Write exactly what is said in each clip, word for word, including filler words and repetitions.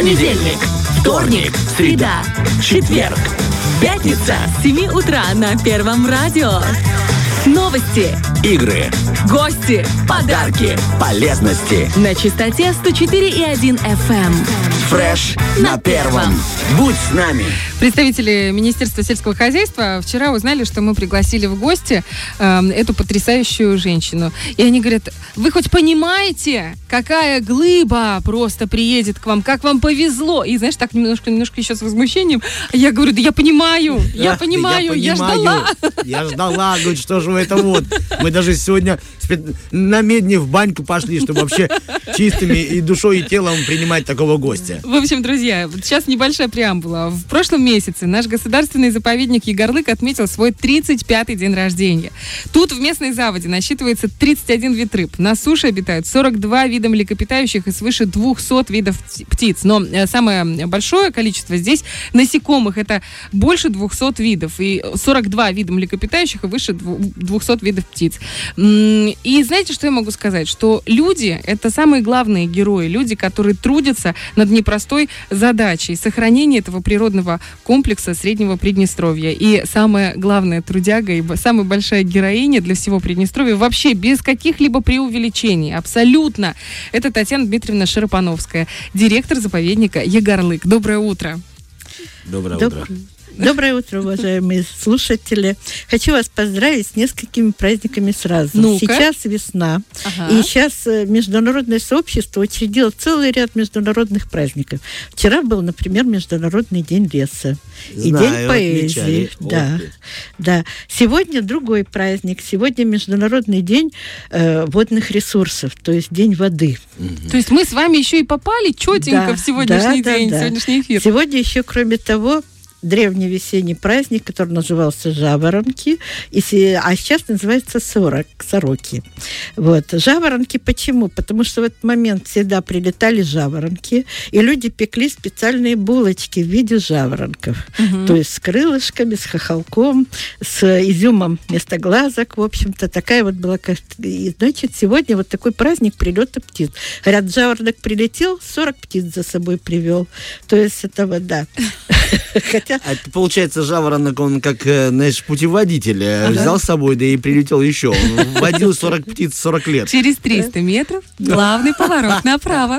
Понедельник, вторник, среда, четверг, пятница. С семи утра на Первом радио. Новости, Игры, гости, подарки, полезности. на частоте сто четыре и один эф эм. Фреш на первом. Будь с нами. Представители Министерства сельского хозяйства вчера узнали, что мы пригласили в гости э, эту потрясающую женщину. И они говорят: вы хоть понимаете, какая глыба просто приедет к вам, как вам повезло? И знаешь, так немножко, немножко еще с возмущением. Я говорю: да я понимаю, я понимаю, я ждала. Я ждала, говорит, что же вы это вот. Мы даже сегодня на медне в баньку пошли, чтобы вообще чистыми и душой, и телом принимать такого гостя. В общем, друзья, вот сейчас небольшая преамбула. В прошлом месяце наш государственный заповедник Егорлык отметил свой тридцать пятый день рождения. Тут в местной заводе насчитывается тридцать один вид рыб. На суше обитают сорок два вида млекопитающих и свыше двухсот видов птиц. Но самое большое количество здесь насекомых. Это больше двухсот видов. И сорок два вида млекопитающих и выше двухсот видов птиц. И знаете, что я могу сказать? Что люди — это самые главные герои. Люди, которые трудятся над непростой задачей сохранения этого природного комплекса Среднего Приднестровья. И самая главная трудяга и самая большая героиня для всего Приднестровья, вообще без каких-либо преувеличений, абсолютно, это Татьяна Дмитриевна Шарапановская, директор заповедника Егорлык. Доброе утро. Доброе Доб... утро. Доброе утро, уважаемые слушатели. Хочу вас поздравить с несколькими праздниками сразу. Ну-ка. Сейчас весна, Ага. и сейчас международное сообщество учредило целый ряд международных праздников. Вчера был, например, Международный день леса и Знаю, День поэзии. отмечали. Да, Ох ты. да. Сегодня другой праздник. Сегодня Международный день э, водных ресурсов, то есть День воды. То есть мы с вами еще и попали четенько Да, в сегодняшний да, да, день, да. сегодняшний эфир. Сегодня еще, кроме того, древний весенний праздник, который назывался Жаворонки, и, се- а сейчас называется сорок, Сороки. Вот. Жаворонки почему? Потому что в этот момент всегда прилетали жаворонки, и люди пекли специальные булочки в виде жаворонков. Мгм. То есть с крылышками, с хохолком, с изюмом вместо глазок. В общем-то, такая вот была... ка- И, значит, сегодня вот такой праздник прилета птиц. Говорят, жаворонок прилетел, сорок птиц за собой привел. То есть это вот, да. Хотя А это, получается, жаворонок, он как, э, знаешь, путеводитель. э, Взял с собой, да и прилетел еще. Он водил сорок птиц сорок лет. Через триста метров главный поворот направо.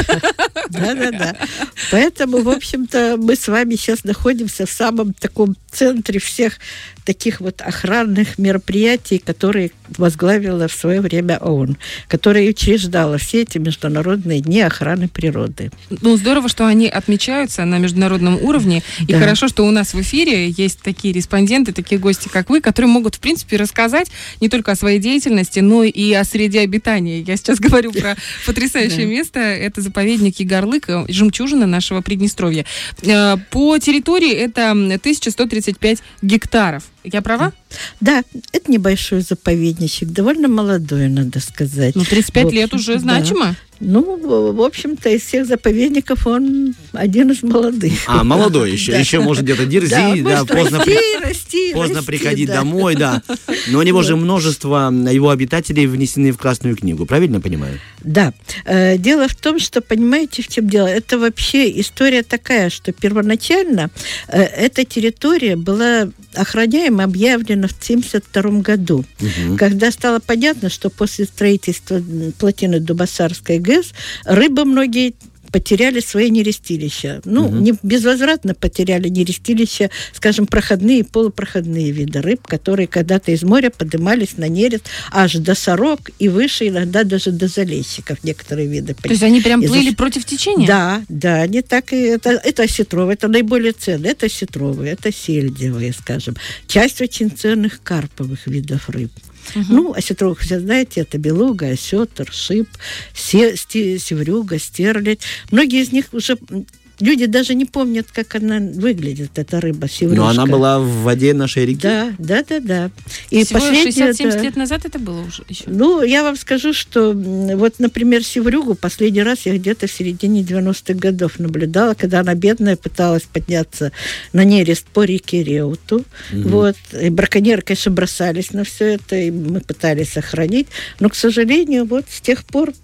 Да-да-да. Поэтому, в общем-то, мы с вами сейчас находимся в самом таком центре всех таких вот охранных мероприятий, которые возглавила в свое время ООН, которая учреждала все эти международные дни охраны природы. Ну, здорово, что они отмечаются на международном уровне. И Да. хорошо, что у нас в эфире есть такие респонденты, такие гости, как вы, которые могут, в принципе, рассказать не только о своей деятельности, но и о среде обитания. Я сейчас говорю про потрясающее место. Это заповедник Егорлык, жемчужина нашего Приднестровья. Э, По территории это тысяча сто тридцать пять гектаров. Я права? Да, это небольшой заповедничек, довольно молодой, надо сказать. Ну, тридцать пять В лет общем, уже да. значимо. Ну, в в общем-то, из всех заповедников он один из молодых. А, молодой еще. Да. Еще может где-то дерзить, да, может поздно, расти, при- расти, поздно расти, приходить да. домой, да. Но у него же множество его обитателей внесены в Красную книгу. Правильно понимаю? Да. Э, Дело в том, что, понимаете, в чем дело? Это вообще история такая, что первоначально э, эта территория была охраняема, объявлена в семьдесят втором году, Мгм. когда стало понятно, что после строительства м, плотины Дубасарской ГЭС рыбы многие потеряли свои нерестилища. Ну, Мгм. не безвозвратно потеряли нерестилища, скажем, проходные и полупроходные виды рыб, которые когда-то из моря поднимались на нерест аж до сорок и выше, иногда даже до залещиков некоторые виды. То есть они прям Из-за плыли ш- против течения? Да, да, не так и это, это осетровые, это наиболее ценные, это осетровые, это сельдевые, скажем. Часть очень ценных карповых видов рыб. Мгм. Ну, осетровых, все знаете, это белуга, осетр, шип, се, сти- севрюга, стерлядь. Многие из них уже... м, Люди даже не помнят, как она выглядит, эта рыба, севрюшка. Но она была в воде нашей реки. Да, да, да, да. И Всего последнее, шестьдесят-семьдесят да. лет назад это было уже еще? Ну, я вам скажу, что м, вот, например, севрюгу последний раз я где-то в середине девяностых годов наблюдала, когда она бедная пыталась подняться на нерест по реке Реуту. Мгм. Вот. И браконьеры, конечно, бросались на все это, и мы пытались сохранить. Но, к сожалению, вот с тех пор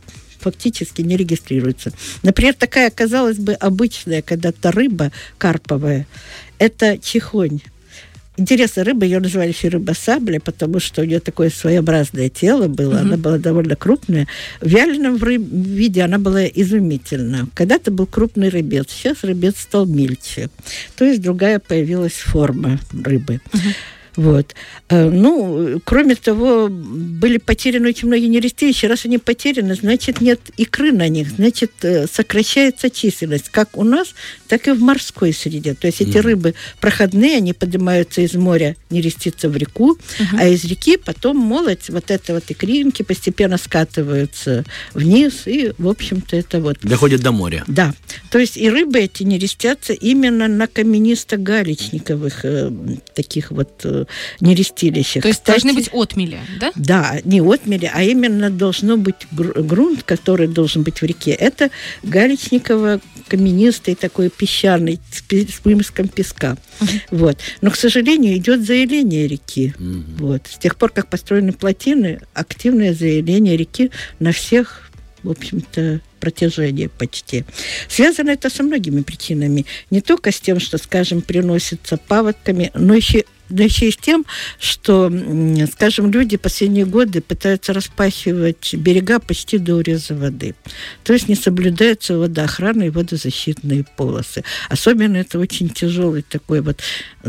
фактически не регистрируется. Например, такая, казалось бы, обычная когда-то рыба карповая, это чихонь. Интересная рыба, ее называли еще рыба-сабля, потому что у нее такое своеобразное тело было, mm-hmm. она была довольно крупная. В вяленом рыб... виде она была изумительна. Когда-то был крупный рыбец, сейчас рыбец стал мельче. То есть другая появилась форма рыбы. Mm-hmm. Вот. Ну, кроме того, были потеряны очень многие нерестилища. Раз они потеряны, значит, нет икры на них, значит, сокращается численность, как у нас, так и в морской среде. То есть эти mm-hmm. рыбы проходные, они поднимаются из моря, нерестятся в реку, mm-hmm. а из реки потом молоть, вот это вот икринки постепенно скатываются вниз, и, в общем-то, это вот... Доходят до моря. Да. То есть и рыбы эти нерестятся именно на каменисто-галечниковых э, таких вот э, нерестилищах. То есть Кстати, должны быть отмели, да? Да, не отмели, а именно должно быть грунт, который должен быть в реке. Это галечниково-каменистый такой песчаный, с примеском песка. Uh-huh. Вот. Но, к сожалению, идет заиление реки. Uh-huh. Вот. С тех пор, как построены плотины, активное заиление реки на всех, в общем-то, протяжении почти. Связано это со многими причинами. Не только с тем, что, скажем, приносится паводками, но еще Да еще и с тем, что, скажем, люди последние годы пытаются распахивать берега почти до уреза воды. То есть не соблюдается водоохрана и водозащитные полосы. Особенно это очень тяжелый такой вот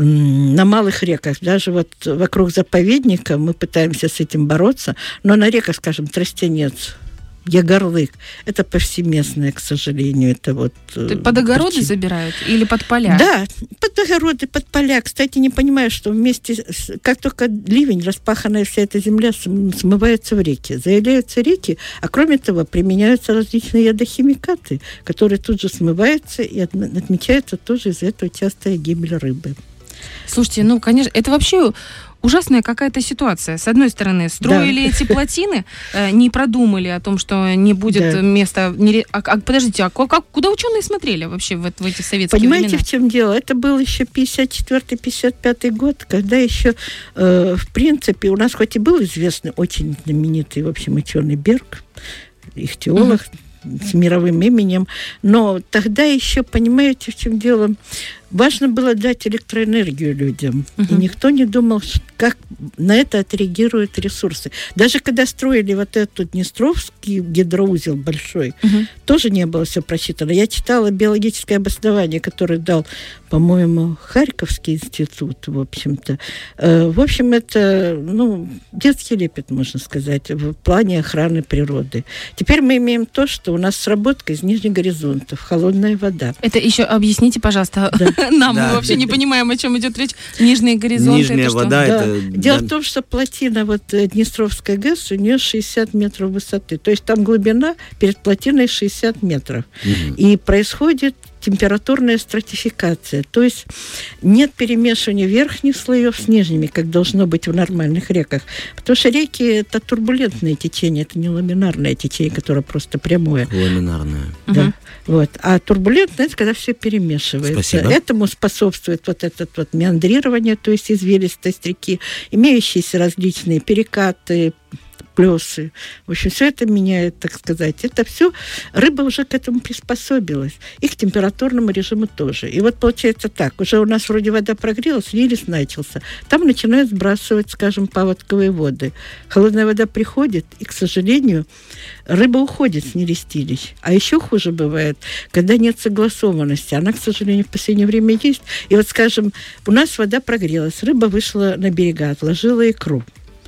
на малых реках. Даже вот вокруг заповедника мы пытаемся с этим бороться, но на реках, скажем, Тростянец, Ягорлык. Это повсеместное, к сожалению. Это вот, под огороды причина. Забирают или под поля? Да, под огороды, под поля. Кстати, не понимаю, что вместе, с, как только ливень, распаханная вся эта земля смывается в реки. Заявляются реки, а кроме того, применяются различные ядохимикаты, которые тут же смываются, и отмечается тоже из-за этого частая гибель рыбы. Слушайте, ну, конечно, это вообще... ужасная какая-то ситуация. С одной стороны, строили да. эти плотины, э, не продумали о том, что не будет да. места... Не, а, а, подождите, а как, куда ученые смотрели вообще в, в эти советские Понимаете, времена? в чем дело? Это был еще пятьдесят четвёртый — пятьдесят пятый год, когда еще, э, в принципе, у нас хоть и был известный, очень знаменитый, в общем, ученый Берг, ихтиолог, uh-huh. с мировым именем, но тогда еще, понимаете, в чем дело... Важно было дать электроэнергию людям. Uh-huh. И никто не думал, как на это отреагируют ресурсы. Даже когда строили вот этот Днестровский гидроузел большой, uh-huh. тоже не было все просчитано. Я читала биологическое обоснование, которое дал, по-моему, Харьковский институт, в общем-то. В общем, это, ну, детский лепет, можно сказать, в плане охраны природы. Теперь мы имеем то, что у нас сработка из нижних горизонтов, холодная вода. Это еще объясните, пожалуйста, да. Нам да. мы вообще не понимаем, о чем идет речь. Нижние горизонты. Нижняя это вода. Что? Это... Да. Дело да. в том, что плотина вот Днестровская ГЭС, у нее шестьдесят метров высоты. То есть там глубина перед плотиной шестьдесят метров. Угу. И происходит температурная стратификация. То есть нет перемешивания верхних слоев с нижними, как должно быть в нормальных реках. Потому что реки – это турбулентное течение, это не ламинарное течение, которое просто прямое. Ламинарное. Да. Угу. Вот. А турбулентное – это когда все перемешивается. Спасибо. Этому способствует вот это вот меандрирование, то есть извилистость реки, имеющиеся различные перекаты, плесы. В общем, все это меняет, так сказать. Это все, рыба уже к этому приспособилась. И к температурному режиму тоже. И вот получается так, уже у нас вроде вода прогрелась, релиз начался. Там начинают сбрасывать, скажем, паводковые воды. Холодная вода приходит, и, к сожалению, рыба уходит с нерестилищ. А еще хуже бывает, когда нет согласованности. Она, к сожалению, в последнее время есть. И вот, скажем, у нас вода прогрелась, рыба вышла на берега, отложила икру.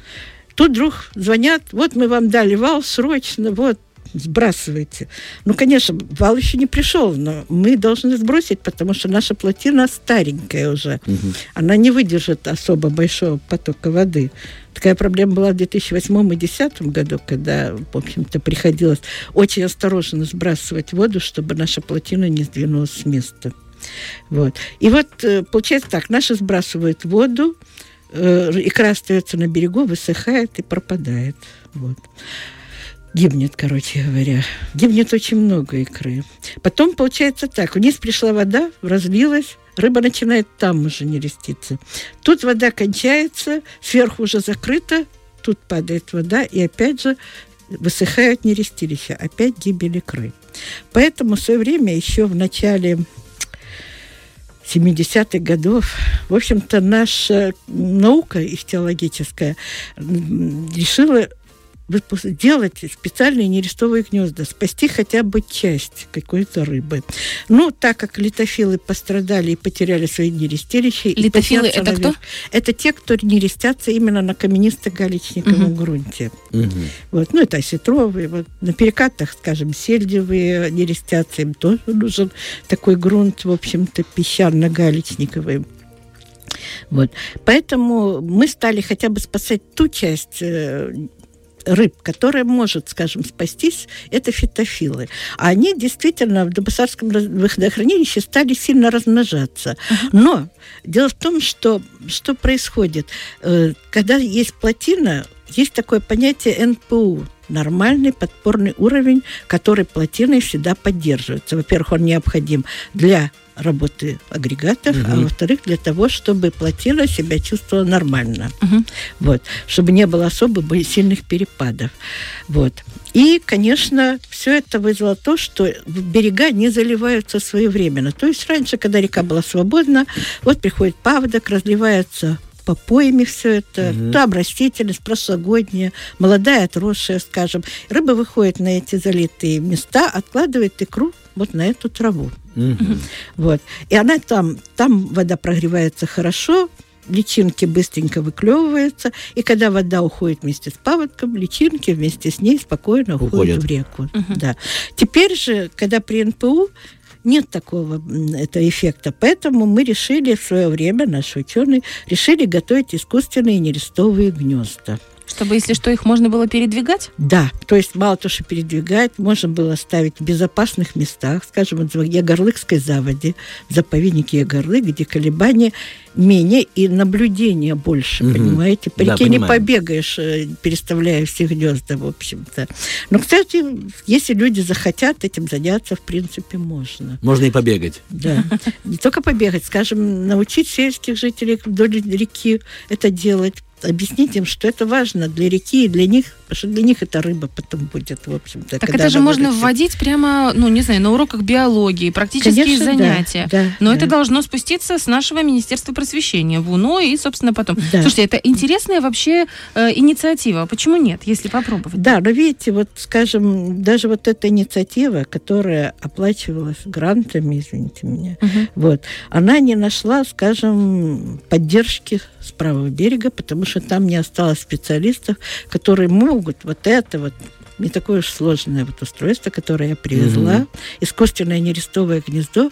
Тут вдруг звонят, вот мы вам дали вал срочно, вот, сбрасывайте. Ну, конечно, вал еще не пришел, но мы должны сбросить, потому что наша плотина старенькая уже. Угу. Она не выдержит особо большого потока воды. Такая проблема была в две тысячи восьмом и две тысячи десятом году, когда, в общем-то, приходилось очень осторожно сбрасывать воду, чтобы наша плотина не сдвинулась с места. Вот. И вот, получается так, наши сбрасывают воду, икра остается на берегу, высыхает и пропадает. Вот. Гибнет, короче говоря. Гибнет очень много икры. Потом получается так. Вниз пришла вода, разлилась, рыба начинает там уже нереститься. Тут вода кончается, сверху уже закрыто, тут падает вода, и опять же высыхают нерестилища, опять гибель икры. Поэтому в свое время, еще в начале семидесятых годов, в общем-то, наша наука ихтиологическая решила делать специальные нерестовые гнезда, спасти хотя бы часть какой-то рыбы. Ну, так как литофилы пострадали и потеряли свои нерестилища... Литофилы — это наверх, кто? Это те, кто нерестятся именно на каменисто-галечниковом угу. грунте. Угу. Вот. Ну, это осетровые. Вот. На перекатах, скажем, сельдевые нерестятся. Им тоже нужен такой грунт, в общем-то, песчано-галечниковый. Вот. Поэтому мы стали хотя бы спасать ту часть рыб, которая может, скажем, спастись, это фитофилы. А они действительно в Дубосарском водохранилище стали сильно размножаться. Uh-huh. Но дело в том, что, что происходит. Когда есть плотина, есть такое понятие эн пэ у. Нормальный подпорный уровень, который плотиной всегда поддерживается. Во-первых, он необходим для работы агрегатов, угу. а во-вторых, для того, чтобы плотина себя чувствовала нормально. Угу. Вот. Чтобы не было особо сильных перепадов. Вот. И, конечно, все это вызвало то, что берега не заливаются своевременно. То есть раньше, когда река была свободна, вот приходит паводок, разливается по пойме все это, угу. там растительность прошлогодняя, молодая, отросшая, скажем. Рыба выходит на эти залитые места, откладывает икру вот на эту траву. Угу. Вот. И она там, там вода прогревается хорошо, личинки быстренько выклевываются, и когда вода уходит вместе с паводком, личинки вместе с ней спокойно уходят, уходят в реку. Угу. Да. Теперь же, когда при эн пэ у нет такого этого эффекта. Поэтому мы решили в свое время, наши ученые, решили готовить искусственные нерестовые гнезда. Чтобы, если что, их можно было передвигать? Да, то есть мало того, что передвигать, можно было ставить в безопасных местах, скажем, в Ягорлыкской заводе, в заповеднике Ягорлык, где колебания менее и наблюдения больше, угу. понимаете? По реке да, не побегаешь, переставляя все гнезда, в общем-то. Но, кстати, если люди захотят этим заняться, в принципе, можно. Можно и побегать. Да. Не только побегать, скажем, научить сельских жителей вдоль реки это делать, объяснить им, что это важно для реки и для них, потому что для них это рыба потом будет, в общем-то. Так это же можно вырастет. Вводить прямо, ну, не знаю, на уроках биологии, практические Конечно, занятия. Да, да, Но да. это должно спуститься с нашего Министерства просвещения в УНО и, собственно, потом. Да. Слушайте, это интересная вообще э, инициатива. Почему нет, если попробовать? Да, но видите, вот, скажем, даже вот эта инициатива, которая оплачивалась грантами, извините меня, угу. вот, она не нашла, скажем, поддержки с правого берега, потому что там не осталось специалистов, которые могут вот это вот, не такое уж сложное вот устройство, которое я привезла, mm-hmm. искусственное нерестовое гнездо,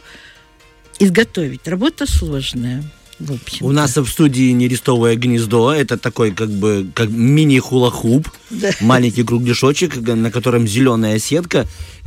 изготовить. Работа сложная. В общем-то. У нас в студии нерестовое гнездо. Это такой как бы как мини-хула-хуп. Да. Маленький кругляшочек, на котором зеленая сетка.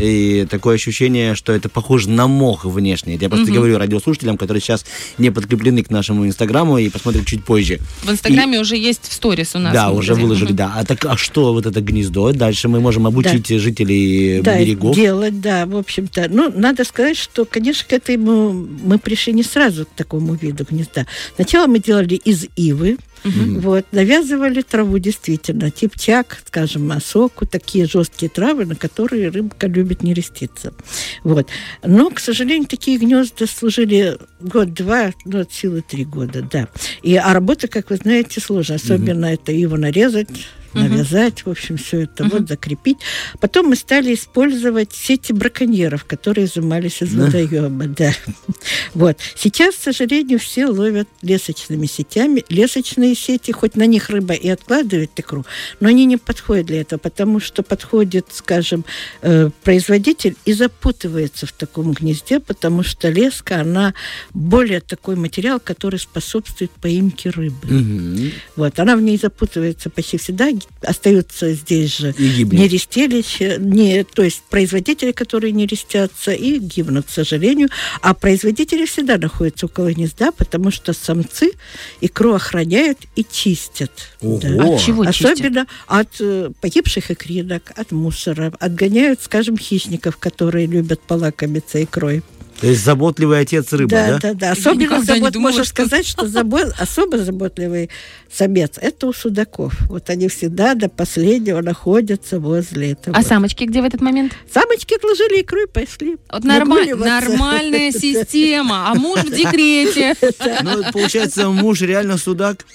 И такое ощущение, что это похоже на мох внешне. Я просто угу. говорю радиослушателям, которые сейчас не подкреплены к нашему инстаграму и посмотрят чуть позже. В инстаграме и... уже есть в сторис у нас. Да, уже выложили, угу. да. А так, а что вот это гнездо? Дальше мы можем обучить да. жителей да, берегов. делать, да, в общем-то. Ну, надо сказать, что, конечно, к этому мы пришли не сразу к такому виду гнезда. Сначала мы делали из ивы, uh-huh. вот, навязывали траву действительно, типчак, скажем, осоку, такие жесткие травы, на которые рыбка любит нереститься. Вот. Но, к сожалению, такие гнезда служили год-два, ну, от силы три года, да. И, а работа, как вы знаете, сложная. Особенно uh-huh. это иву нарезать, навязать, uh-huh. в общем, все это uh-huh. вот закрепить. Потом мы стали использовать сети браконьеров, которые изымались из uh-huh. водоема. Да. Вот. Сейчас, к сожалению, все ловят лесочными сетями. Лесочные сети, хоть на них рыба и откладывает икру, но они не подходят для этого, потому что подходит, скажем, э, производитель и запутывается в таком гнезде, потому что леска, она более такой материал, который способствует поимке рыбы. Uh-huh. Вот. Она в ней запутывается почти всегда, остаются здесь же нерестилища, не, то есть производители, которые не рестятся, и гибнут, к сожалению. А производители всегда находятся около гнезда, потому что самцы икру охраняют и чистят. Да. От чего Особенно чистят? от э, погибших икринок, от мусора. Отгоняют, скажем, хищников, которые любят полакомиться икрой. То есть заботливый отец рыбы, да? Да, да, да. Особенно забот, думала, можно что... сказать, что забот, особо заботливый самец – это у судаков. Вот они всегда до последнего находятся возле этого. А самочки где в этот момент? Самочки отложили икру и пошли. Вот норма- нормальная система. А муж в декрете. Ну, получается, муж реально судак.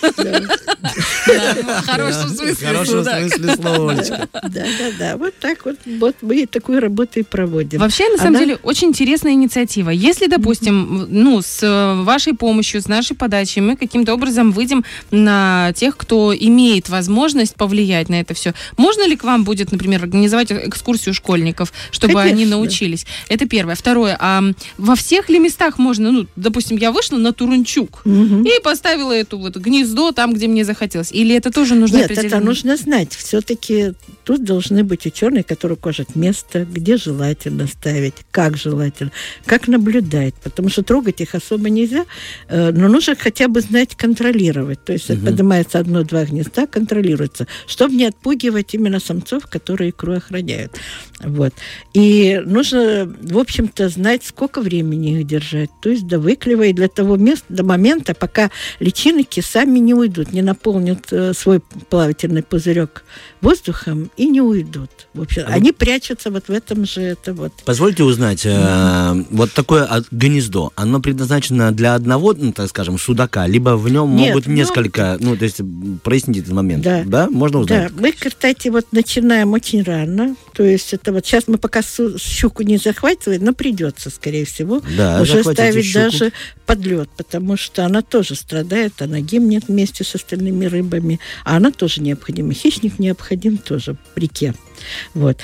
В хорошем смысле В хорошем смысле слова, Олечка. Да, да, да. Вот так вот, вот мы такую работу и проводим. Вообще, на самом Она... деле, очень интересная инициатива. Если, допустим, mm-hmm. ну, с вашей помощью, с нашей подачей мы каким-то образом выйдем на тех, кто имеет возможность повлиять на это все, можно ли к вам будет, например, организовать экскурсию школьников, чтобы Конечно. они научились? Это первое. Второе. А во всех ли местах можно, ну, допустим, я вышла на Турунчук Mm-hmm. и поставила это вот гнездо там, где мне захотелось? Или это тоже нужно Нет, определенно? это нужно знать. Все-таки тут должны быть ученые, которые укажут место, где желательно ставить, как желательно, как наблюдать, потому что трогать их особо нельзя, но нужно хотя бы знать контролировать. То есть угу. поднимается одно-два гнезда, контролируется, чтобы не отпугивать именно самцов, которые икру охраняют. Вот. И нужно, в общем-то, знать, сколько времени их держать, то есть до выклева и для того места, до момента, пока личинки сами не уйдут, не наполнят э, свой плавательный пузырек воздухом и не уйдут. В общем, а они вот прячутся вот в этом же. Это вот. Позвольте узнать, mm-hmm. э, вот такое гнездо, оно предназначено для одного, ну, так скажем, судака, либо в нем Нет, могут ну, несколько, ну, то есть проясните этот момент. Да, да? Можно узнать? Да, мы, кстати, вот начинаем очень рано, то есть это вот сейчас мы пока щуку не захватываем, но придется, скорее всего, да, уже ставить щуку. даже под лед, потому что она тоже страдает, она гибнет вместе с остальными рыбами, а она тоже необходима. Хищник необходим тоже в реке. Вот.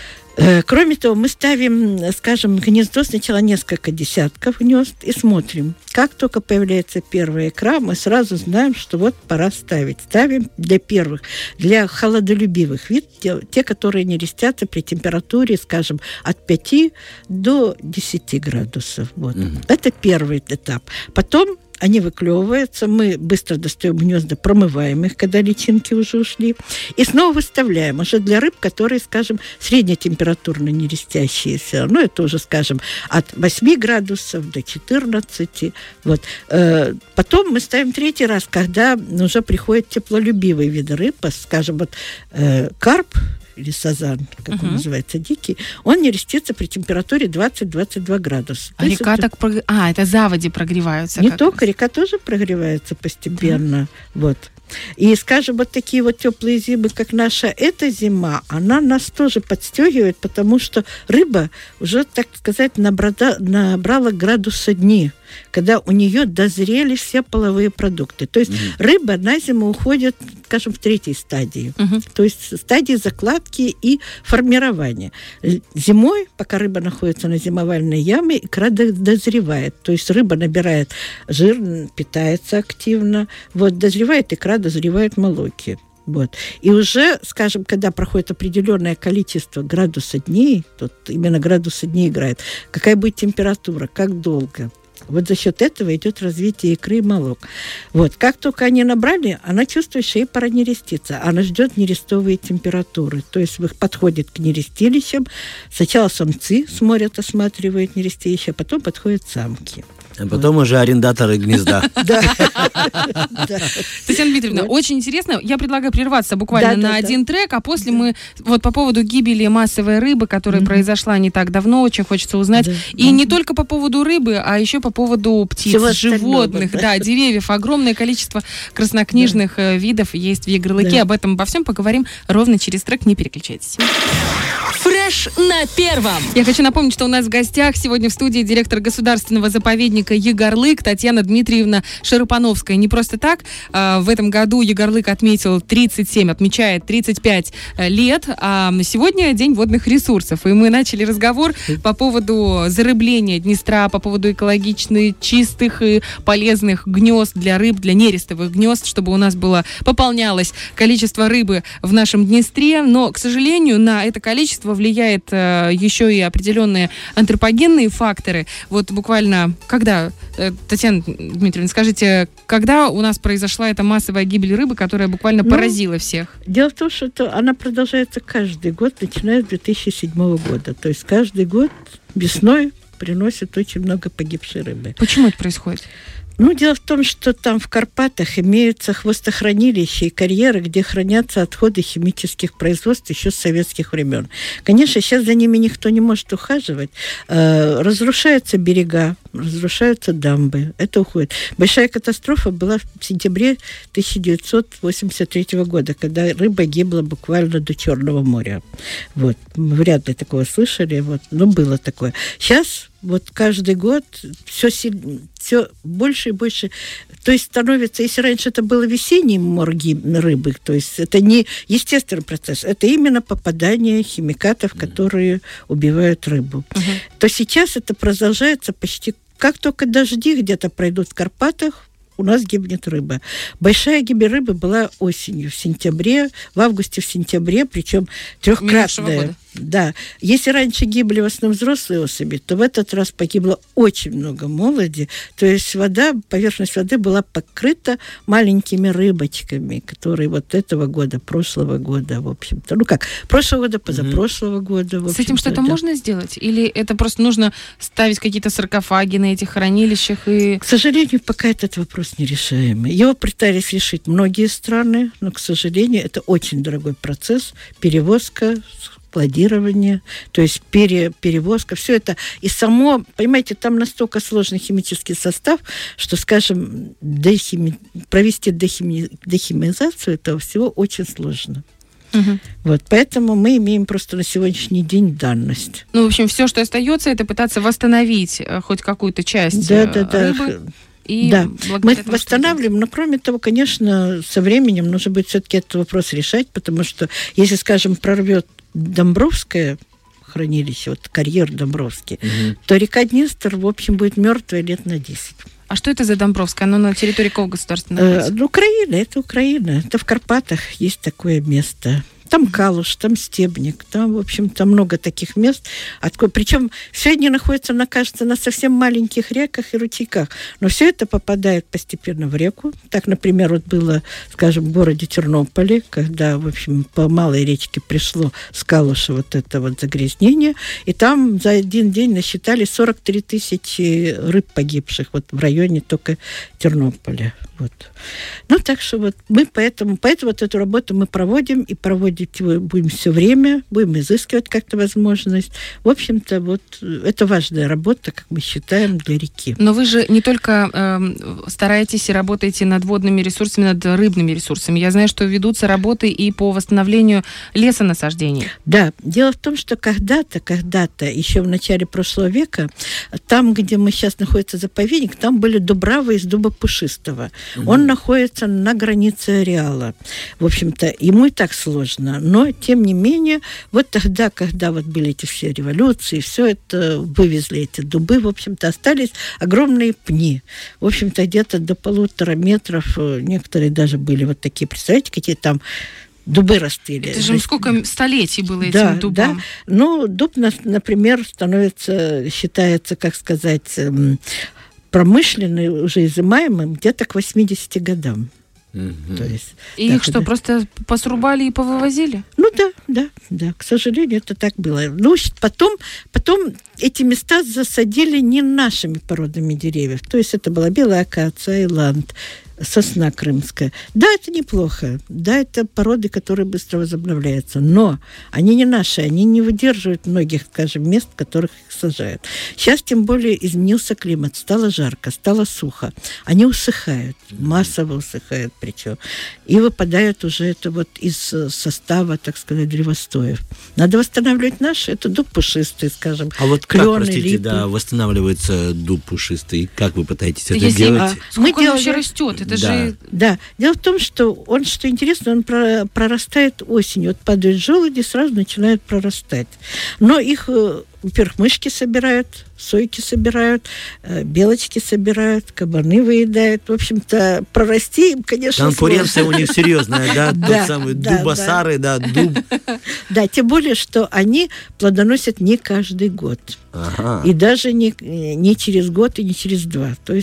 Кроме того, мы ставим, скажем, гнездо, сначала несколько десятков гнезд, и смотрим. Как только появляется первая икра, мы сразу знаем, что вот пора ставить. Ставим для первых, для холодолюбивых видов, те, те, которые нерестятся при температуре, скажем, от пяти до десяти градусов. Вот. Mm-hmm. Это первый этап. Потом они выклевываются, мы быстро достаем гнезда, промываем их, когда личинки уже ушли, и снова выставляем уже для рыб, которые, скажем, среднетемпературно нерестящиеся. Ну, это уже, скажем, от восьми градусов до четырнадцати. Вот. Потом мы ставим третий раз, когда уже приходят теплолюбивые виды рыб, скажем, вот карп, или сазан, как uh-huh. он называется, дикий, он нерестится при температуре двадцать-двадцать два градуса. А река это... так... Прог... А, это заводи прогреваются. Не как только, река тоже прогревается постепенно. Uh-huh. Вот. И, скажем, вот такие вот теплые зимы, как наша эта зима, она нас тоже подстегивает, потому что рыба уже, так сказать, набрала, набрала градуса дни, когда у нее дозрели все половые продукты. То есть mm-hmm. рыба на зиму уходит, скажем, в третьей стадии. Mm-hmm. То есть стадии закладки и формирования. Зимой, пока рыба находится на зимовальной яме, икра дозревает. То есть рыба набирает жир, питается активно. Вот, дозревает икра, дозревают молоки. Вот. И уже, скажем, когда проходит определенное количество градуса дней, тут именно градусы дней играет, какая будет температура, как долго. Вот за счет этого идет развитие икры и молок. Вот. Как только они набрали, она чувствует, что ей пора нереститься. Она ждет нерестовые температуры. То есть подходит к нерестилищам. Сначала самцы смотрят, осматривают нерестилища, а потом подходят самки. А потом вот. Уже арендаторы гнезда. Татьяна Дмитриевна, очень интересно. Я предлагаю прерваться буквально на один трек, а после мы вот по поводу гибели массовой рыбы, которая произошла не так давно, очень хочется узнать. И не только по поводу рыбы, а еще по поводу птиц, животных, да, деревьев. Огромное количество краснокнижных видов есть в Егорлыке. Об этом обо всем поговорим ровно через трек. Не переключайтесь. Фреш на первом. Я хочу напомнить, что у нас в гостях сегодня в студии директор государственного заповедника Егорлык Татьяна Дмитриевна Шарупановская. Не просто так. В этом году Егорлык отметил тридцать семь, отмечает тридцать пять лет. А сегодня День водных ресурсов. И мы начали разговор по поводу зарыбления Днестра, по поводу экологичных, чистых и полезных гнезд для рыб, для нерестовых гнезд, чтобы у нас было, пополнялось количество рыбы в нашем Днестре. Но, к сожалению, на это количество влияет э, еще и определенные антропогенные факторы. Вот буквально, когда, э, Татьяна Дмитриевна, скажите, когда у нас произошла эта массовая гибель рыбы, которая буквально ну, поразила всех? Дело в том, что это, она продолжается каждый год, начиная с две тысячи седьмого года. То есть каждый год весной приносит очень много погибшей рыбы. Почему это происходит? Ну, дело в том, что там в Карпатах имеются хвостохранилища и карьеры, где хранятся отходы химических производств еще с советских времен. Конечно, сейчас за ними никто не может ухаживать. Э, разрушаются берега, разрушаются дамбы. Это уходит. Большая катастрофа была в сентябре тысяча девятьсот восемьдесят третьего года, когда рыба гибла буквально до Черного моря. Вот. Мы вряд ли такого слышали, вот. Но было такое. Сейчас вот каждый год все, все больше и больше. То есть становится, если раньше это было весенний мор рыбы, то есть это не естественный процесс, это именно попадание химикатов, которые убивают рыбу, uh-huh. то сейчас это продолжается почти, как только дожди где-то пройдут в Карпатах, у нас гибнет рыба. Большая гибель рыбы была осенью, в сентябре, в августе, в сентябре, причем трехкратная. Да. Если раньше гибли в основном взрослые особи, то в этот раз погибло очень много молоди. То есть вода, поверхность воды была покрыта маленькими рыбочками, которые вот этого года, прошлого года, в общем-то. Ну как, прошлого года, позапрошлого mm-hmm. года. В С этим что-то да. можно сделать? Или это просто нужно ставить какие-то саркофаги на этих хранилищах? И... К сожалению, пока этот вопрос нерешаемый. Его пытались решить многие страны, но, к сожалению, это очень дорогой процесс. Перевозка, складирование, то есть пере, перевозка, все это. И само, понимаете, там настолько сложный химический состав, что, скажем, дехими, провести дехими, дехимизацию этого всего очень сложно. Угу. Вот, поэтому мы имеем просто на сегодняшний день данность. Ну, в общем, все, что остается, это пытаться восстановить хоть какую-то часть да, да, да. рыбы. И да, мы этому, восстанавливаем, но кроме того, конечно, со временем нужно будет все-таки этот вопрос решать, потому что если, скажем, прорвет Домбровское хранилище, вот карьер Домбровский, угу. то река Днестр, в общем, будет мертвая лет на десять. А что это за Домбровское? Оно на территории какого государства находится? Э, Украина, это Украина. Это в Карпатах есть такое место. Там Калуш, там Стебник, там, в общем-то, много таких мест. Откуда... Причем все они находятся, на, кажется, на совсем маленьких реках и ручейках. Но все это попадает постепенно в реку. Так, например, вот было, скажем, в городе Тернополе, когда, в общем, по малой речке пришло с Калуша вот это вот загрязнение, и там за один день насчитали сорок три тысячи рыб погибших вот в районе только Тернополя. Вот. Ну, так что вот мы поэтому, поэтому вот эту работу мы проводим, и проводить его будем все время, будем изыскивать как-то возможность. В общем-то, вот это важная работа, как мы считаем, для реки. Но вы же не только э, стараетесь и работаете над водными ресурсами, над рыбными ресурсами. Я знаю, что ведутся работы и по восстановлению лесонасаждений. Да, дело в том, что когда-то, когда-то, еще в начале прошлого века, там, где мы сейчас находится заповедник, там были дубравы из дуба пушистого. Он находится на границе ареала. В общем-то, ему и так сложно. Но, тем не менее, вот тогда, когда вот были эти все революции, все это, вывезли эти дубы, в общем-то, остались огромные пни. В общем-то, где-то до полутора метров, некоторые даже были вот такие, представляете, какие там дубы растили. Это же сколько столетий было этим да, дубам. Да. Ну, дуб, например, становится, считается, как сказать, промышленный, уже изымаемым где-то к восьмидесяти годам. Mm-hmm. То есть, и да, их что, когда... просто посрубали и повывозили? Ну да, да, да. К сожалению, это так было. Ну, потом, потом эти места засадили не нашими породами деревьев. То есть это была белая акация, айланд, сосна крымская. Да, это неплохо. Да, это породы, которые быстро возобновляются. Но они не наши. Они не выдерживают многих, скажем, мест, в которых их сажают. Сейчас, тем более, изменился климат. Стало жарко, стало сухо. Они усыхают. Массово усыхают причем. И выпадают уже это вот из состава, так сказать, древостоев. Надо восстанавливать наши. Это дуб пушистый, скажем. А вот клены, как, простите, липы. да, восстанавливается дуб пушистый? Как вы пытаетесь это Если... делать? А, сколько мы он делали... вообще растет? Это да. же... Да. Дело в том, что он, что интересно, он прорастает осенью. Вот падают желуди, сразу начинают прорастать. Но их, во-первых, мышки собирают, сойки собирают, белочки собирают, кабаны выедают. В общем-то, прорасти им, конечно, конкуренция сложно. у них серьезная, да? Тот самый дубосары, да, дуб. Да, тем более, что они плодоносят не каждый год. И даже не, не через год и не через два. То есть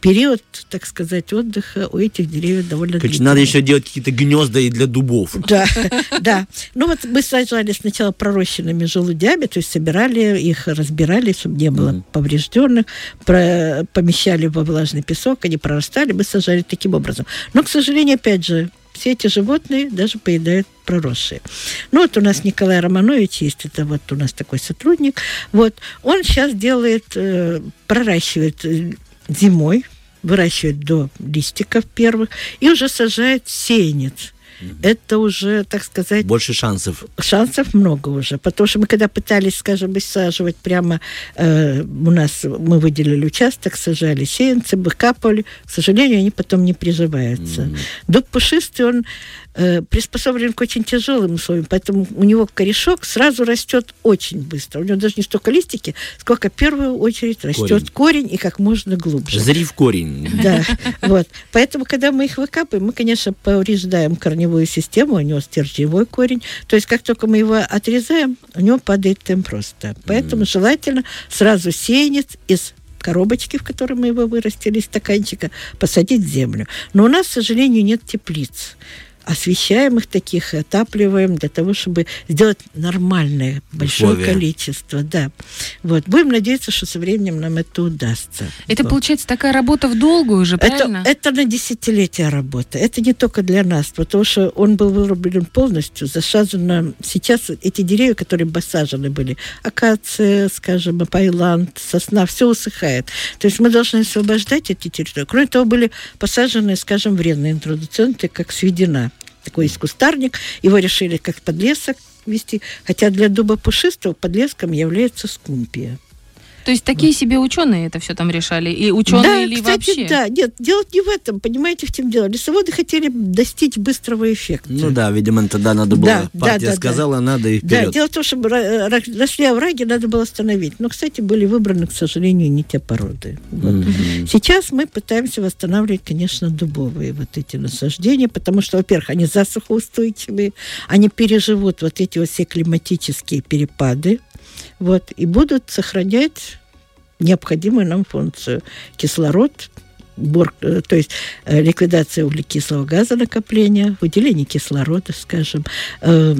период, так сказать, отдыха у этих деревьев довольно Короче, длительный. надо еще делать какие-то гнезда и для дубов. Да, да. Ну вот мы сажали сначала пророщенными желудями, то есть собирали их, разбирали, чтобы не было поврежденных, про- помещали во влажный песок, они прорастали, мы сажали таким образом. Но, к сожалению, опять же, все эти животные даже поедают проросшие. Ну, вот у нас Николай Романович есть, это вот у нас такой сотрудник. Вот, он сейчас делает, э, проращивает э, зимой, выращивает до листиков первых и уже сажает сеянец. Это уже, так сказать... Больше шансов. Шансов много уже, потому что мы когда пытались, скажем, высаживать прямо, э, у нас, мы выделили участок, сажали сеянцы, выкапывали, к сожалению, они потом не приживаются. Mm-hmm. Дуб пушистый, он э, приспособлен к очень тяжелым условиям, поэтому у него корешок сразу растет очень быстро. У него даже не столько листики, сколько в первую очередь растет корень, корень и как можно глубже. Зри в корень. Да, вот. Поэтому, когда мы их выкапываем, мы, конечно, повреждаем корневую систему, у него стержневой корень. То есть, как только мы его отрезаем, у него падает темп роста. Поэтому mm. желательно сразу сеянец из коробочки, в которой мы его вырастили, из стаканчика, посадить в землю. Но у нас, к сожалению, нет теплиц. Освещаем их таких, отапливаем для того, чтобы сделать нормальное большое условия. Количество. Да. Вот. Будем надеяться, что со временем нам это удастся. Это, вот. Получается, такая работа в долгую уже, правильно? Это, это на десятилетия работа. Это не только для нас, потому что он был вырублен полностью, засажено... Сейчас эти деревья, которые посажены были, акация, скажем, пайланд, сосна, все усыхает. То есть мы должны освобождать эти территории. Кроме того, были посажены, скажем, вредные интродуценты, как свидина. Такой есть кустарник, его решили как подлесок вести, хотя для дуба пушистого подлеском является скумпия. То есть такие себе ученые это все там решали? И ученые да, ли кстати, вообще? Да, нет, дело не в этом, понимаете, в чем дело. Лесоводы хотели достичь быстрого эффекта. Ну да, видимо, тогда надо было, да, партия да, да, сказала, да. надо и вперед. Да, дело в том, что росли овраги, надо было остановить. Но, кстати, были выбраны, к сожалению, не те породы. Вот. Mm-hmm. Сейчас мы пытаемся восстанавливать, конечно, дубовые вот эти насаждения, потому что, во-первых, они засухоустойчивые, они переживут вот эти вот все климатические перепады, вот, и будут сохранять необходимую нам функцию. Кислород, бор, то есть э, ликвидация углекислого газа накопления, выделение кислорода, скажем. Э,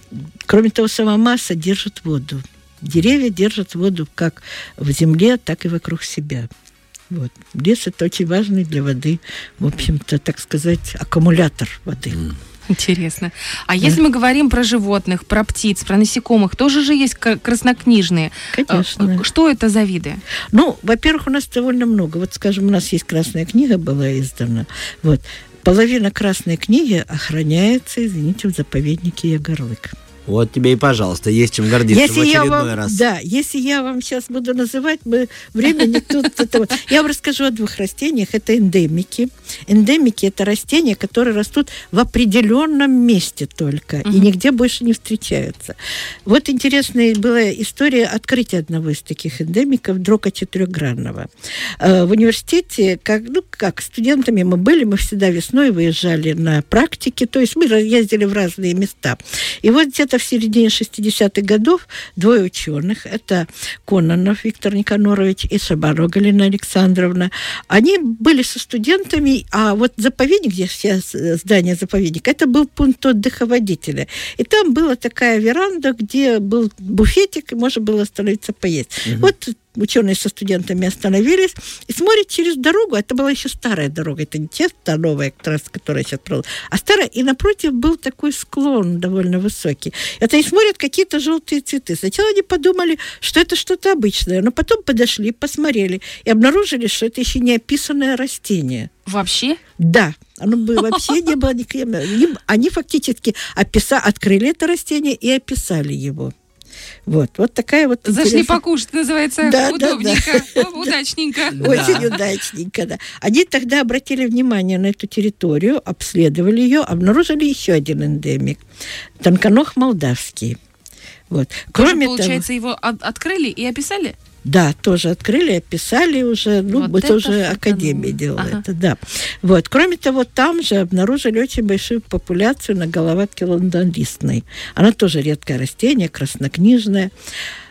кроме того, сама масса держит воду. Деревья держат воду как в земле, так и вокруг себя. Вот. Лес – это очень важный для воды, в общем-то, так сказать, аккумулятор воды. Интересно. А если мы говорим про животных, про птиц, про насекомых, тоже же есть краснокнижные. Конечно. Что это за виды? Ну, во-первых, у нас довольно много. Вот, скажем, у нас есть Красная книга, была издана. Вот. Половина Красной книги охраняется, извините, в заповеднике Ягорлык. Вот тебе и пожалуйста, есть чем гордиться если в очередной я вам, раз. Да, если я вам сейчас буду называть, мы времени тут... Это вот. Я вам расскажу о двух растениях. Это эндемики. Эндемики – это растения, которые растут в определенном месте только, uh-huh. и нигде больше не встречаются. Вот интересная была история открытия одного из таких эндемиков, дрока четырехгранного. В университете, как, ну, как студентами мы были, мы всегда весной выезжали на практики, то есть мы ездили в разные места. И вот где-то в середине шестидесятых годов двое ученых, это Кононов Виктор Никанорович и Шабарова Галина Александровна, они были со студентами, а вот заповедник, где сейчас здание заповедника, это был пункт отдыха водителя. И там была такая веранда, где был буфетик, и можно было остановиться поесть. Угу. Вот ученые со студентами остановились и смотрят через дорогу. Это была еще старая дорога. Это не та новая трасса, которая сейчас провела, а старая. И напротив был такой склон довольно высокий. Это они смотрят какие-то желтые цветы. Сначала они подумали, что это что-то обычное, но потом подошли, посмотрели и обнаружили, что это еще не описанное растение. Вообще? Да. Оно бы вообще не было никаким. Они фактически описа... открыли это растение и описали его. Вот, вот такая вот... Зашли интересная... покушать, называется, да, удобненько, да, да. удачненько. Очень удачненько, да. Они тогда обратили внимание на эту территорию, обследовали ее, обнаружили еще один эндемик. Тонконог молдавский. Вот. Кроме того, получается, его от- открыли и описали? Да, тоже открыли, описали уже, ну, вот это, это уже академия делала ага. это, да. Вот. Кроме того, там же обнаружили очень большую популяцию на головатке лондонлистной. Она тоже редкое растение, краснокнижное.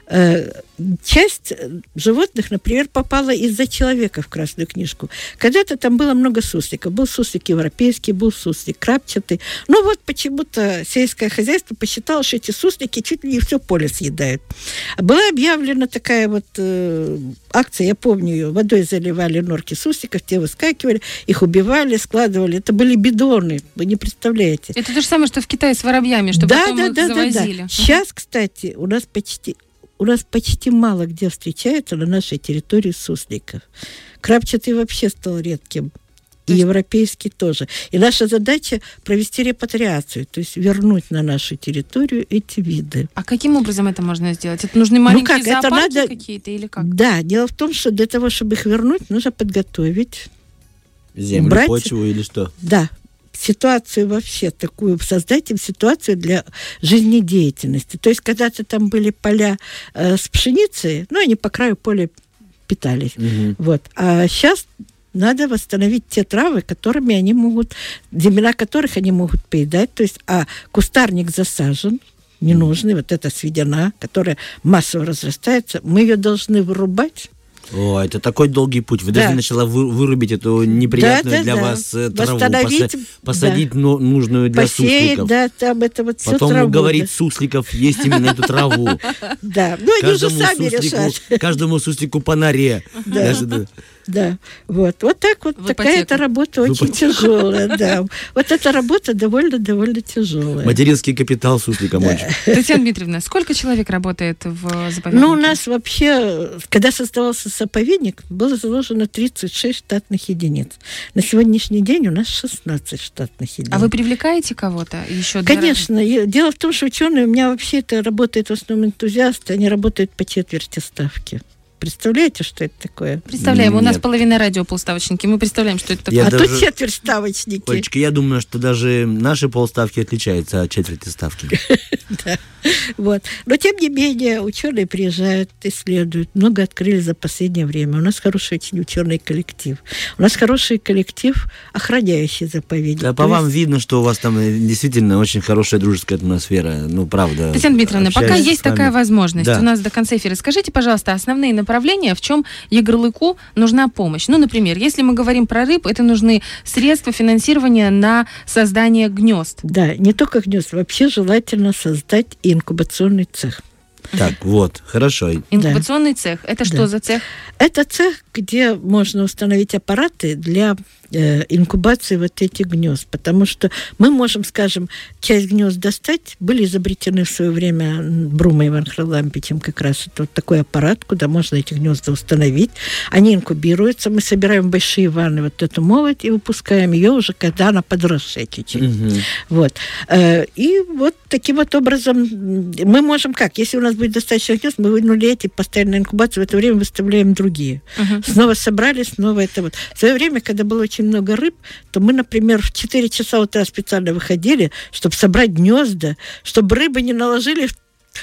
часть животных, например, попала из-за человека в Красную книжку. Когда-то там было много сусликов. Был суслик европейский, был суслик крапчатый. Но вот почему-то сельское хозяйство посчитало, что эти суслики чуть ли не все поле съедают. Была объявлена такая вот э, акция, я помню ее, водой заливали норки сусликов, те выскакивали, их убивали, складывали. Это были бидоны, вы не представляете. Это то же самое, что в Китае с воробьями, что да, потом да, их да, завозили. Да, да. Сейчас, кстати, у нас почти... У нас почти мало где встречается на нашей территории сусликов. Крапчатый вообще стал редким. И есть... европейский тоже. И наша задача провести репатриацию, то есть вернуть на нашу территорию эти виды. А каким образом это можно сделать? Это нужны маленькие ну как, зоопарки это надо... какие-то или как? Да, дело в том, что для того, чтобы их вернуть, нужно подготовить. Землю, брать... почву или что? Да. Ситуацию вообще такую, создать им ситуацию для жизнедеятельности. То есть когда-то там были поля э, с пшеницей, ну, они по краю поля питались. Угу. Вот. А сейчас надо восстановить те травы, которыми они могут, земля которых они могут поедать. То есть, а кустарник засажен, ненужный, вот эта сведена, которая массово разрастается, мы ее должны вырубать. О, это такой долгий путь. Вы да. должны сначала вы, вырубить эту неприятную да, да, для да. вас траву, поса- посадить да. ну, нужную для посеять, сусликов. Да, там это вот потом траву, уговорить да. сусликов есть именно эту траву. Да, ну они уже сами решат. Каждому суслику по норе. Да, вот. Вот так вот такая-то работа очень тяжелая, да. Вот эта работа довольно-довольно тяжелая. Материнский капитал суслика мочит. Татьяна Дмитриевна, сколько человек работает в заповеднике? Ну, у нас вообще, когда создавался заповедник, было заложено тридцать шесть штатных единиц. На сегодняшний день у нас шестнадцать штатных единиц. А вы привлекаете кого-то еще? Конечно. Для... Дело в том, что ученые, у меня вообще это работает в основном энтузиасты, они работают по четверти ставки. Представляете, что это такое? Представляем. Нет. У нас половина радио полставочники. Мы представляем, что это такое. Я а даже... тут четверть ставочники. Олечка, я думаю, что даже наши полставки отличаются от четверти ставки. Да. Вот. Но, тем не менее, ученые приезжают, исследуют. Много открыли за последнее время. У нас хороший очень ученый коллектив. У нас хороший коллектив, охраняющий заповедник. Да, по вам видно, что у вас там действительно очень хорошая дружеская атмосфера. Ну, правда. Татьяна Дмитриевна, пока есть такая возможность да. у нас до конца эфира, скажите, пожалуйста, основные направления, в чем ягорлыку нужна помощь. Ну, например, если мы говорим про рыб, это нужны средства финансирования на создание гнезд. Да, не только гнезд, вообще желательно создать инкубационный цех. Так, вот, хорошо. Инкубационный да. цех. Это что да. за цех? Это цех, где можно установить аппараты для э, инкубации вот этих гнезд. Потому что мы можем, скажем, часть гнезд достать. Были изобретены в свое время Брумой Ван Харлампичем как раз это вот такой аппарат, куда можно эти гнезда установить. Они инкубируются. Мы собираем большие ванны, вот эту молоть, и выпускаем ее уже, когда она подросшая чуть-чуть. Угу. Вот. Э, и вот таким вот образом мы можем как? Если у нас будет достаточно гнезд, мы вынули эти, поставили на инкубацию, в это время выставляем другие. Uh-huh. Снова собрали, снова это вот. В свое время, когда было очень много рыб, то мы, например, в четыре часа утра специально выходили, чтобы собрать гнезда, чтобы рыбы не наложили в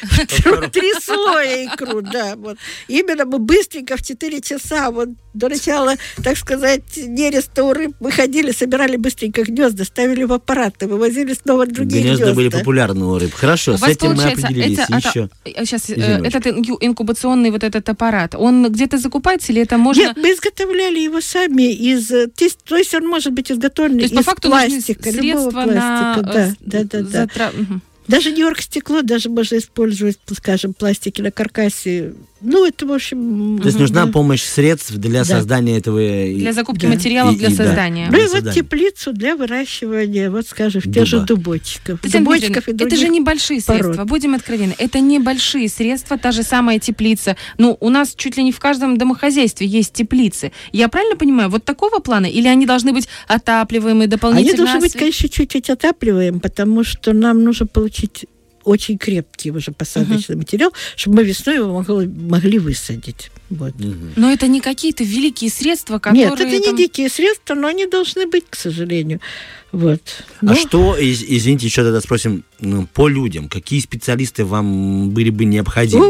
три слоя икру, да. Вот. Именно мы быстренько в четыре часа, вот до начала, так сказать, нереста у рыб выходили, собирали быстренько гнезда, ставили в аппараты, вывозили снова другие гнезда. Гнезда были популярны у рыб. Хорошо, у с этим мы определились. Это, Еще. Это, сейчас, этот инкубационный вот этот аппарат, он где-то закупается или это можно... Нет, мы изготовляли его сами из... То есть он может быть изготовлен из пластика, любого пластика. На... Да, да, да, да. Затра... Угу. Даже не оргстекло, даже можно использовать, скажем, пластики на каркасе. Ну, это, в общем... То есть нужна да. помощь средств для да. создания этого... Для закупки да. материалов и, для и, создания. Да. Ну, и вот теплицу для выращивания, вот, скажем, тех же дубочков. Дубочков и это же небольшие пород. Средства, будем откровенны. Это небольшие средства, та же самая теплица. Ну, у нас чуть ли не в каждом домохозяйстве есть теплицы. Я правильно понимаю, вот такого плана? Или они должны быть отапливаемые дополнительно? Они должны быть, конечно, чуть-чуть отапливаемые, потому что нам нужно получить очень крепкий уже посадочный uh-huh. материал, чтобы мы весной его могли, могли высадить. Вот. Uh-huh. Но это не какие-то великие средства, которые... Нет, это там... не дикие средства, но они должны быть, к сожалению. Вот. А ну... что, извините, еще тогда спросим, ну, по людям, какие специалисты вам были бы необходимы? У-у-у.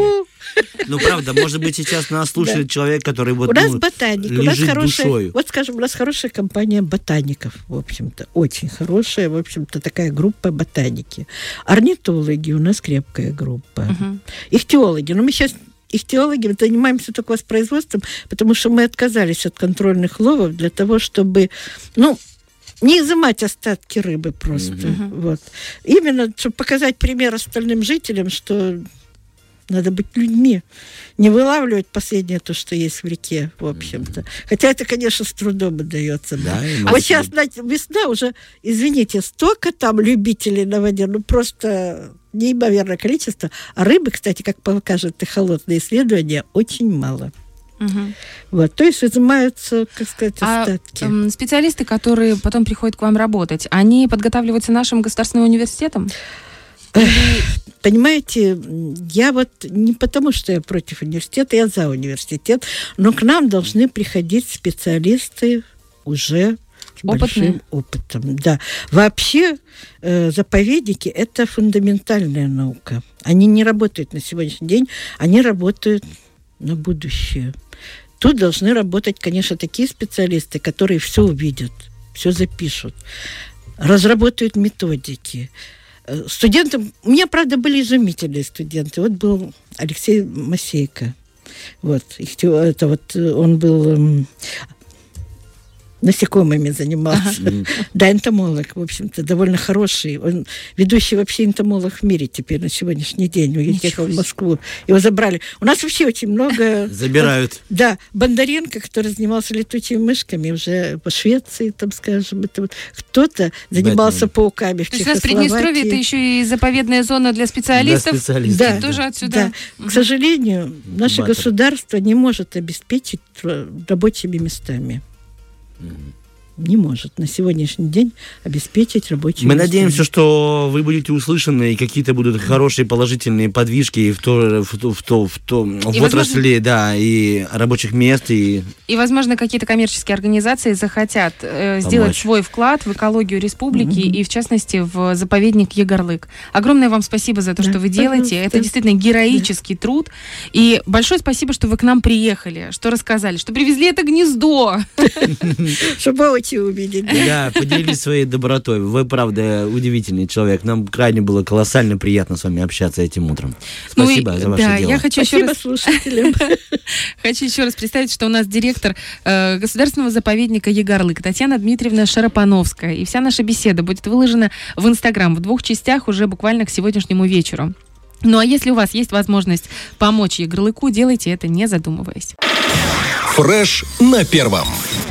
Ну, правда, может быть, сейчас нас слушает Да. человек, который вот У нас ну, ботаник, у нас лежит хорошая, душою. вот скажем, у нас хорошая компания ботаников, в общем-то, очень хорошая, в общем-то, такая группа ботаники. Орнитологи у нас крепкая группа. Мгм. Ихтиологи, но мы сейчас ихтиологи занимаемся только воспроизводством, потому что мы отказались от контрольных ловов для того, чтобы, ну, не изымать остатки рыбы просто. Мгм. Вот. Именно, чтобы показать пример остальным жителям, что надо быть людьми, не вылавливать последнее то, что есть в реке, в общем-то. Хотя это, конечно, с трудом удается. Да, и А мы- вот сейчас знаете, весна уже, извините, столько там любителей на воде, ну просто неимоверное количество. А рыбы, кстати, как покажут и холодные исследования, очень мало. Мгм. Вот, то есть изымаются, как сказать, А остатки. м, специалисты, которые потом приходят к вам работать, они подготавливаются нашим государственным университетом? Понимаете, м, я вот не потому, что я против университета, я за университет, но к нам должны приходить специалисты уже с Опытные. большим опытом. Да. Вообще э, заповедники – это фундаментальная наука. Они не работают на сегодняшний день, они работают на будущее. Тут должны работать, конечно, такие специалисты, которые все увидят, все запишут, разработают методики. Э, Студентам... У меня, правда, были изумительные студенты. Вот был Алексей Масейко. Вот. Ихти- Это вот э, он был... эм, насекомыми занимался. Мгм. Да, энтомолог, в общем-то, довольно хороший. Он ведущий вообще энтомолог в мире теперь на сегодняшний день. Он уехал в себе. Москву. Его забрали. У нас вообще очень много... Забирают. Да, Бондаренко, который занимался летучими мышками уже по Швеции, там, скажем, это вот кто-то занимался Бэтмен. пауками в То есть у нас Чехословакии. Приднестровье это еще и заповедная зона для специалистов. Для специалистов. Да. И тоже отсюда. Да. К сожалению, наше Инкубатор. государство не может обеспечить р- рабочими местами. Не может на сегодняшний день обеспечить рабочими Мы местами. надеемся, что вы будете услышаны, и какие-то будут хорошие положительные подвижки в, то, в, то, в, то, в, то, в И, отрасли, да, и рабочих мест, и И, возможно, какие-то коммерческие организации захотят э, сделать Помочь. свой вклад в экологию республики Мгм. и, в частности, в заповедник Егорлык. Огромное вам спасибо за то, Да, что вы делаете. пожалуйста. Это действительно героический труд. И большое спасибо, что вы к нам приехали, что рассказали, что привезли это гнездо. Чтобы очи увидеть. да. да, поделились своей добротой. Вы, правда, удивительный человек. Нам крайне было колоссально приятно с вами общаться этим утром. Ну и- Спасибо за ваше да, дело. я хочу еще Спасибо раз слушателям. Хочу еще раз представить, что у нас директор э, государственного заповедника Егорлык Татьяна Дмитриевна Шарапановская. И вся наша беседа будет выложена в Инстаграм в двух частях уже буквально к сегодняшнему вечеру. Ну а если у вас есть возможность помочь Егорлыку, делайте это не задумываясь. Фреш на первом.